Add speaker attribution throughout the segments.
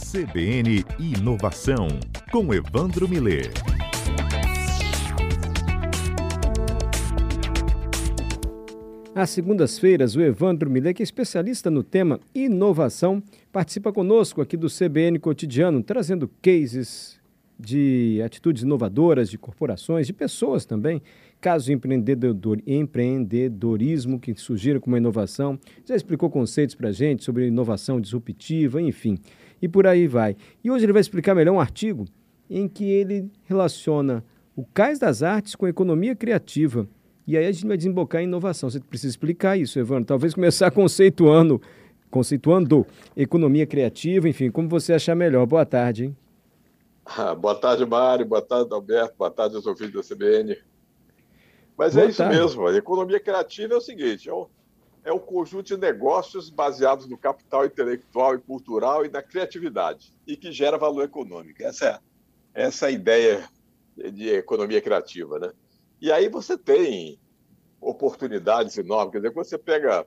Speaker 1: CBN Inovação, com Evandro Miller.
Speaker 2: Às segundas-feiras, o Evandro Miller, que é especialista no tema inovação, participa conosco aqui do CBN Cotidiano, trazendo cases de atitudes inovadoras de corporações, de pessoas também, casos de empreendedorismo que surgiram com uma inovação. Já explicou conceitos para a gente sobre inovação disruptiva, enfim, e por aí vai. E hoje ele vai explicar melhor um artigo em que ele relaciona o Cais das Artes com a economia criativa. E aí a gente vai desembocar em inovação. Você precisa explicar isso, Evandro. Talvez começar conceituando economia criativa, enfim, como você achar melhor. Boa tarde, hein?
Speaker 3: Boa tarde, Mário. Boa tarde, Alberto. Boa tarde aos ouvintes da CBN. Mas
Speaker 2: Boa
Speaker 3: é isso
Speaker 2: tarde.
Speaker 3: mesmo. A economia criativa é o seguinte, é um conjunto de negócios baseados no capital intelectual e cultural e na criatividade, e que gera valor econômico. Essa é a ideia de economia criativa, né? E aí você tem oportunidades enormes. Quer dizer, quando você pega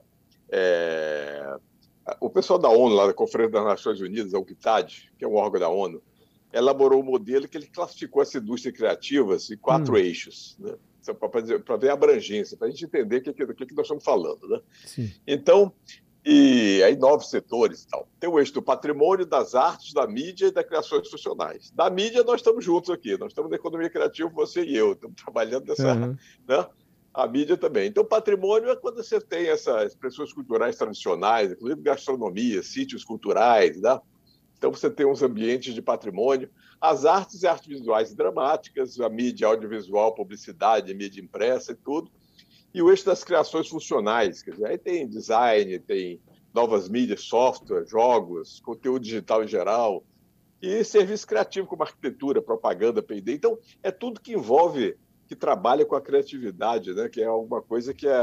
Speaker 3: o pessoal da ONU, lá da Conferência das Nações Unidas, a UNCTAD, que é um órgão da ONU, elaborou um modelo que ele classificou essa indústria criativa em 4 eixos, né? Para ver a abrangência, para a gente entender do que nós estamos falando, né?
Speaker 2: Sim.
Speaker 3: Então, e aí 9 setores e tal. Tem o eixo do patrimônio, das artes, da mídia e das criações institucionais. Da mídia nós estamos juntos aqui, nós estamos na economia criativa, você e eu, estamos trabalhando nessa, né? A mídia também. Então, patrimônio é quando você tem essas expressões culturais tradicionais, inclusive gastronomia, sítios culturais, né? Então, você tem uns ambientes de patrimônio. As artes e artes visuais e dramáticas, a mídia audiovisual, publicidade, mídia impressa e tudo. E o eixo das criações funcionais, quer dizer, aí tem design, tem novas mídias, software, jogos, conteúdo digital em geral, e serviço criativo como arquitetura, propaganda, P&D. Então, é tudo que envolve, que trabalha com a criatividade, né? Que é alguma coisa que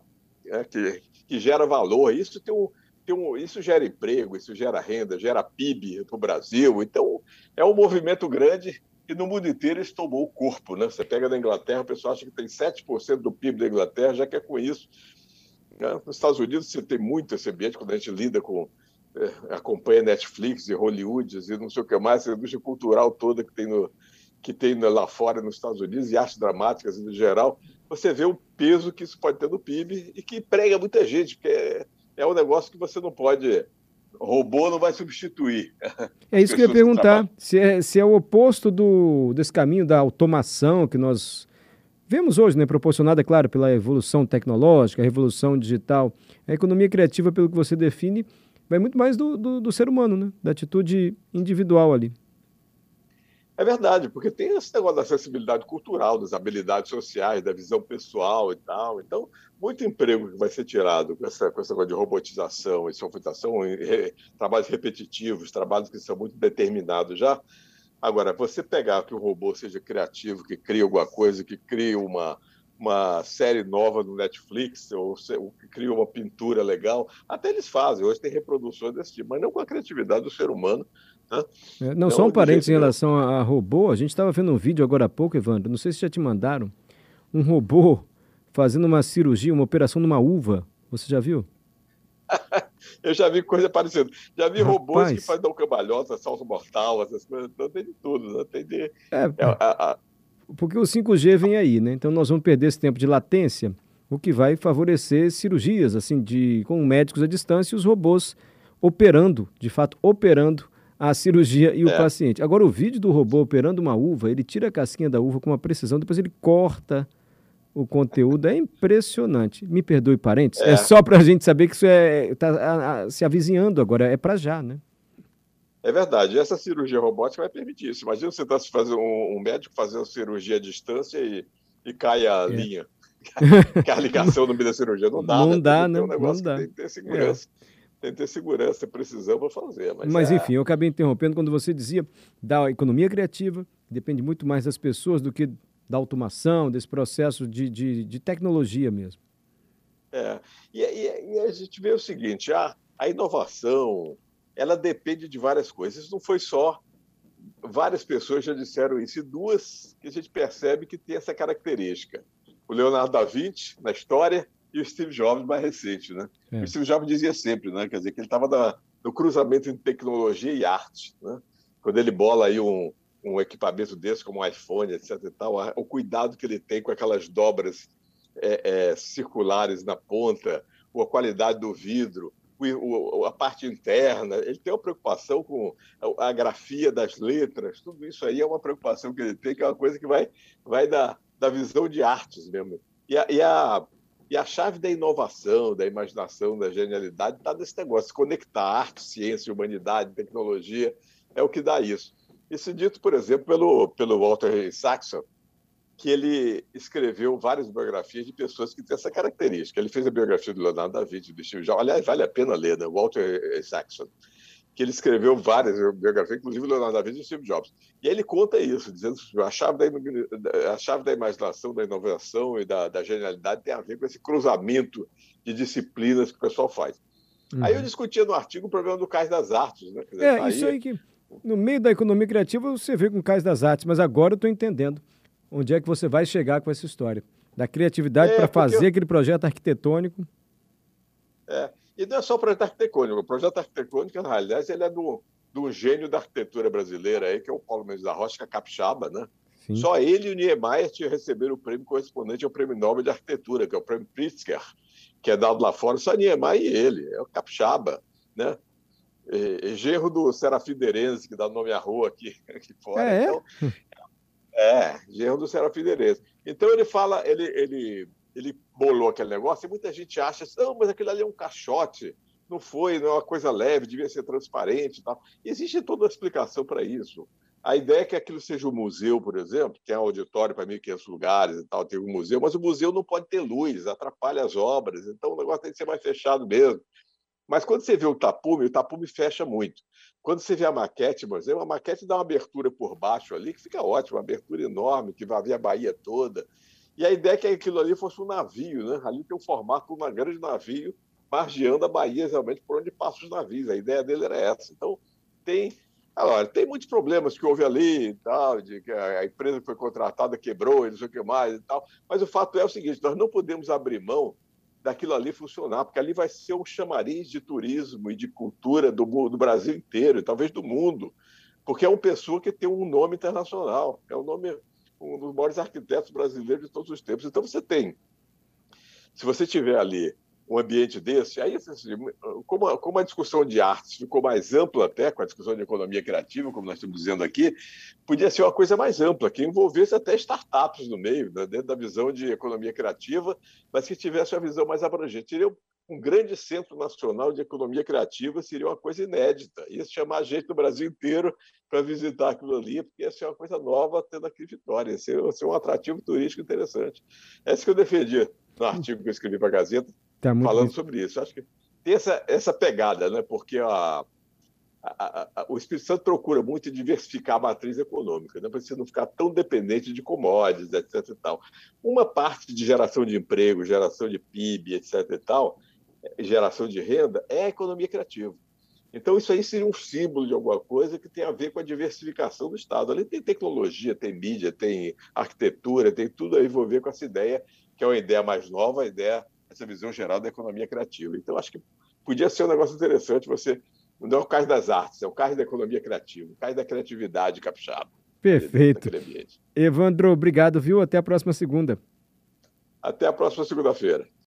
Speaker 3: gera valor. Isso isso gera emprego, isso gera renda, gera PIB para o Brasil. Então, é um movimento grande e no mundo inteiro isso tomou o corpo, né? Você pega na Inglaterra, o pessoal acha que tem 7% do PIB da Inglaterra, já que é com isso. Né? Nos Estados Unidos você tem muito esse ambiente, quando a gente lida com, acompanha Netflix e Hollywood e não sei o que mais, a indústria cultural toda que tem lá fora nos Estados Unidos e artes dramáticas no geral, você vê o peso que isso pode ter no PIB e que emprega muita gente, porque é um negócio que você não pode... Robô não vai substituir.
Speaker 2: É isso que eu ia perguntar, se é o oposto desse caminho da automação que nós vemos hoje, né, proporcionada, é claro, pela evolução tecnológica, a revolução digital. A economia criativa, pelo que você define, vai muito mais do ser humano, né, da atitude individual ali.
Speaker 3: É verdade, porque tem esse negócio da acessibilidade cultural, das habilidades sociais, da visão pessoal e tal. Então, muito emprego que vai ser tirado com essa coisa de robotização e sofisticação, trabalhos repetitivos, trabalhos que são muito determinados já. Agora, você pegar que o robô seja criativo, que crie alguma coisa, que crie uma série nova no Netflix, ou que crie uma pintura legal, até eles fazem. Hoje tem reproduções desse tipo, mas não com a criatividade do ser humano.
Speaker 2: Não,
Speaker 3: então,
Speaker 2: só um parênteses em relação a robô. A gente estava vendo um vídeo agora há pouco, Evandro, não sei se já te mandaram, um robô fazendo uma cirurgia, uma operação numa uva. Você já viu?
Speaker 3: Eu já vi coisa parecida. Já vi robôs que fazem cambalhota, salto mortal, essas coisas. Então tem de tudo, né? Tem de...
Speaker 2: Porque o 5G vem aí, né? Então nós vamos perder esse tempo de latência, o que vai favorecer cirurgias, assim, com médicos à distância e os robôs operando, de fato, operando a cirurgia e o paciente. Agora, o vídeo do robô operando uma uva, ele tira a casquinha da uva com uma precisão, depois ele corta o conteúdo, é impressionante. Me perdoe, parênteses, é só para a gente saber que isso está se avizinhando agora, é para já, né?
Speaker 3: É verdade, essa cirurgia robótica vai permitir isso. Imagina você fazer um médico fazendo cirurgia à distância e cai a linha, cai a ligação no meio da cirurgia. Não dá,
Speaker 2: não
Speaker 3: né?
Speaker 2: Dá,
Speaker 3: tem
Speaker 2: né?
Speaker 3: um negócio
Speaker 2: Não dá.
Speaker 3: Que tem que ter segurança. Tem que ter segurança, precisão para fazer.
Speaker 2: Mas enfim, eu acabei interrompendo quando você dizia da economia criativa, que depende muito mais das pessoas do que da automação, desse processo de tecnologia mesmo.
Speaker 3: E a gente vê o seguinte, a inovação, ela depende de várias coisas. Isso não foi só... Várias pessoas já disseram isso, e 2 que a gente percebe que tem essa característica. O Leonardo da Vinci, na história, e o Steve Jobs mais recente, né? O Steve Jobs dizia sempre, né? Quer dizer, que ele estava no cruzamento entre tecnologia e arte, né? Quando ele bola aí um equipamento desse, como um iPhone, etc. e tal, o cuidado que ele tem com aquelas dobras circulares na ponta, ou a qualidade do vidro, a parte interna, ele tem uma preocupação com a grafia das letras, tudo isso aí é uma preocupação que ele tem, que é uma coisa que vai da visão de artes mesmo. E a chave da inovação, da imaginação, da genialidade está nesse negócio, conectar arte, ciência, humanidade, tecnologia, é o que dá isso. Isso dito, por exemplo, pelo Walter Isaacson, que ele escreveu várias biografias de pessoas que têm essa característica. Ele fez a biografia do Leonardo da Vinci, do Steve Jobs. Aliás, vale a pena ler, né? Walter Isaacson, que ele escreveu várias biografias, inclusive do Leonardo da Vinci e do Steve Jobs. E aí ele conta isso, dizendo que a chave da imaginação, da inovação e da genialidade tem a ver com esse cruzamento de disciplinas que o pessoal faz. Aí eu discutia no artigo o problema do Cais das Artes. Né? Quer dizer,
Speaker 2: Isso aí que, no meio da economia criativa, você vê com o Cais das Artes, mas agora eu estou entendendo onde é que você vai chegar com essa história. Da criatividade para fazer aquele projeto arquitetônico.
Speaker 3: E não é só o projeto arquitetônico. O projeto arquitetônico, na realidade, ele é do gênio da arquitetura brasileira, aí, que é o Paulo Mendes da Rocha, que é capixaba, né? Sim. Só ele e o Niemeyer receberam o prêmio correspondente ao Prêmio Nobel de Arquitetura, que é o Prêmio Pritzker, que é dado lá fora. Só Niemeyer e ele, é o capixaba, né? Genro do Serafim Derenze, que dá nome à rua aqui fora. Então, genro do Serafim Derenze. Então ele fala, ele bolou aquele negócio e muita gente acha assim, não, mas aquilo ali é um caixote, não é uma coisa leve, devia ser transparente e tal. Existe toda uma explicação para isso. A ideia é que aquilo seja um museu, por exemplo, que é um auditório para 1.500 lugares e tal, tem um museu, mas o museu não pode ter luz, atrapalha as obras, então o negócio tem que ser mais fechado mesmo. Mas quando você vê o tapume fecha muito. Quando você vê a maquete, por exemplo, a maquete dá uma abertura por baixo ali, que fica ótima, uma abertura enorme, que vai ver a Bahia toda. E a ideia é que aquilo ali fosse um navio, né? Ali tem o formato de um grande navio margeando a Bahia realmente por onde passam os navios. A ideia dele era essa. Então, tem muitos problemas que houve ali e tal, de que a empresa que foi contratada quebrou e não sei o que mais e tal. Mas o fato é o seguinte, nós não podemos abrir mão daquilo ali funcionar, porque ali vai ser um chamariz de turismo e de cultura do Brasil inteiro, e talvez do mundo, porque é uma pessoa que tem um nome internacional, é um dos maiores arquitetos brasileiros de todos os tempos. Então se você tiver ali um ambiente desse, aí como a discussão de artes ficou mais ampla até, com a discussão de economia criativa, como nós estamos dizendo aqui, podia ser uma coisa mais ampla, que envolvesse até startups no meio, né, dentro da visão de economia criativa, mas que tivesse uma visão mais abrangente. Seria um grande centro nacional de economia criativa, seria uma coisa inédita. Ia chamar gente do Brasil inteiro para visitar aquilo ali, porque ia ser uma coisa nova tendo aqui em Vitória, ia ser um atrativo turístico interessante. É isso que eu defendi no artigo que eu escrevi para a Gazeta, falando sobre isso. Acho que tem essa pegada, né? Porque o Espírito Santo procura muito diversificar a matriz econômica, né? Para você não ficar tão dependente de commodities, etc. E tal. Uma parte de geração de emprego, geração de PIB, etc. E tal, geração de renda, é a economia criativa. Então, isso aí seria um símbolo de alguma coisa que tem a ver com a diversificação do Estado. Ali tem tecnologia, tem mídia, tem arquitetura, tem tudo a envolver com essa ideia, que é uma ideia mais nova, essa visão geral da economia criativa. Então, acho que podia ser um negócio interessante você... Não é o Cais das Artes, é o Cais da economia criativa, o Cais da criatividade capixaba.
Speaker 2: Perfeito. Evandro, obrigado, viu? Até a próxima segunda.
Speaker 3: Até a próxima segunda-feira.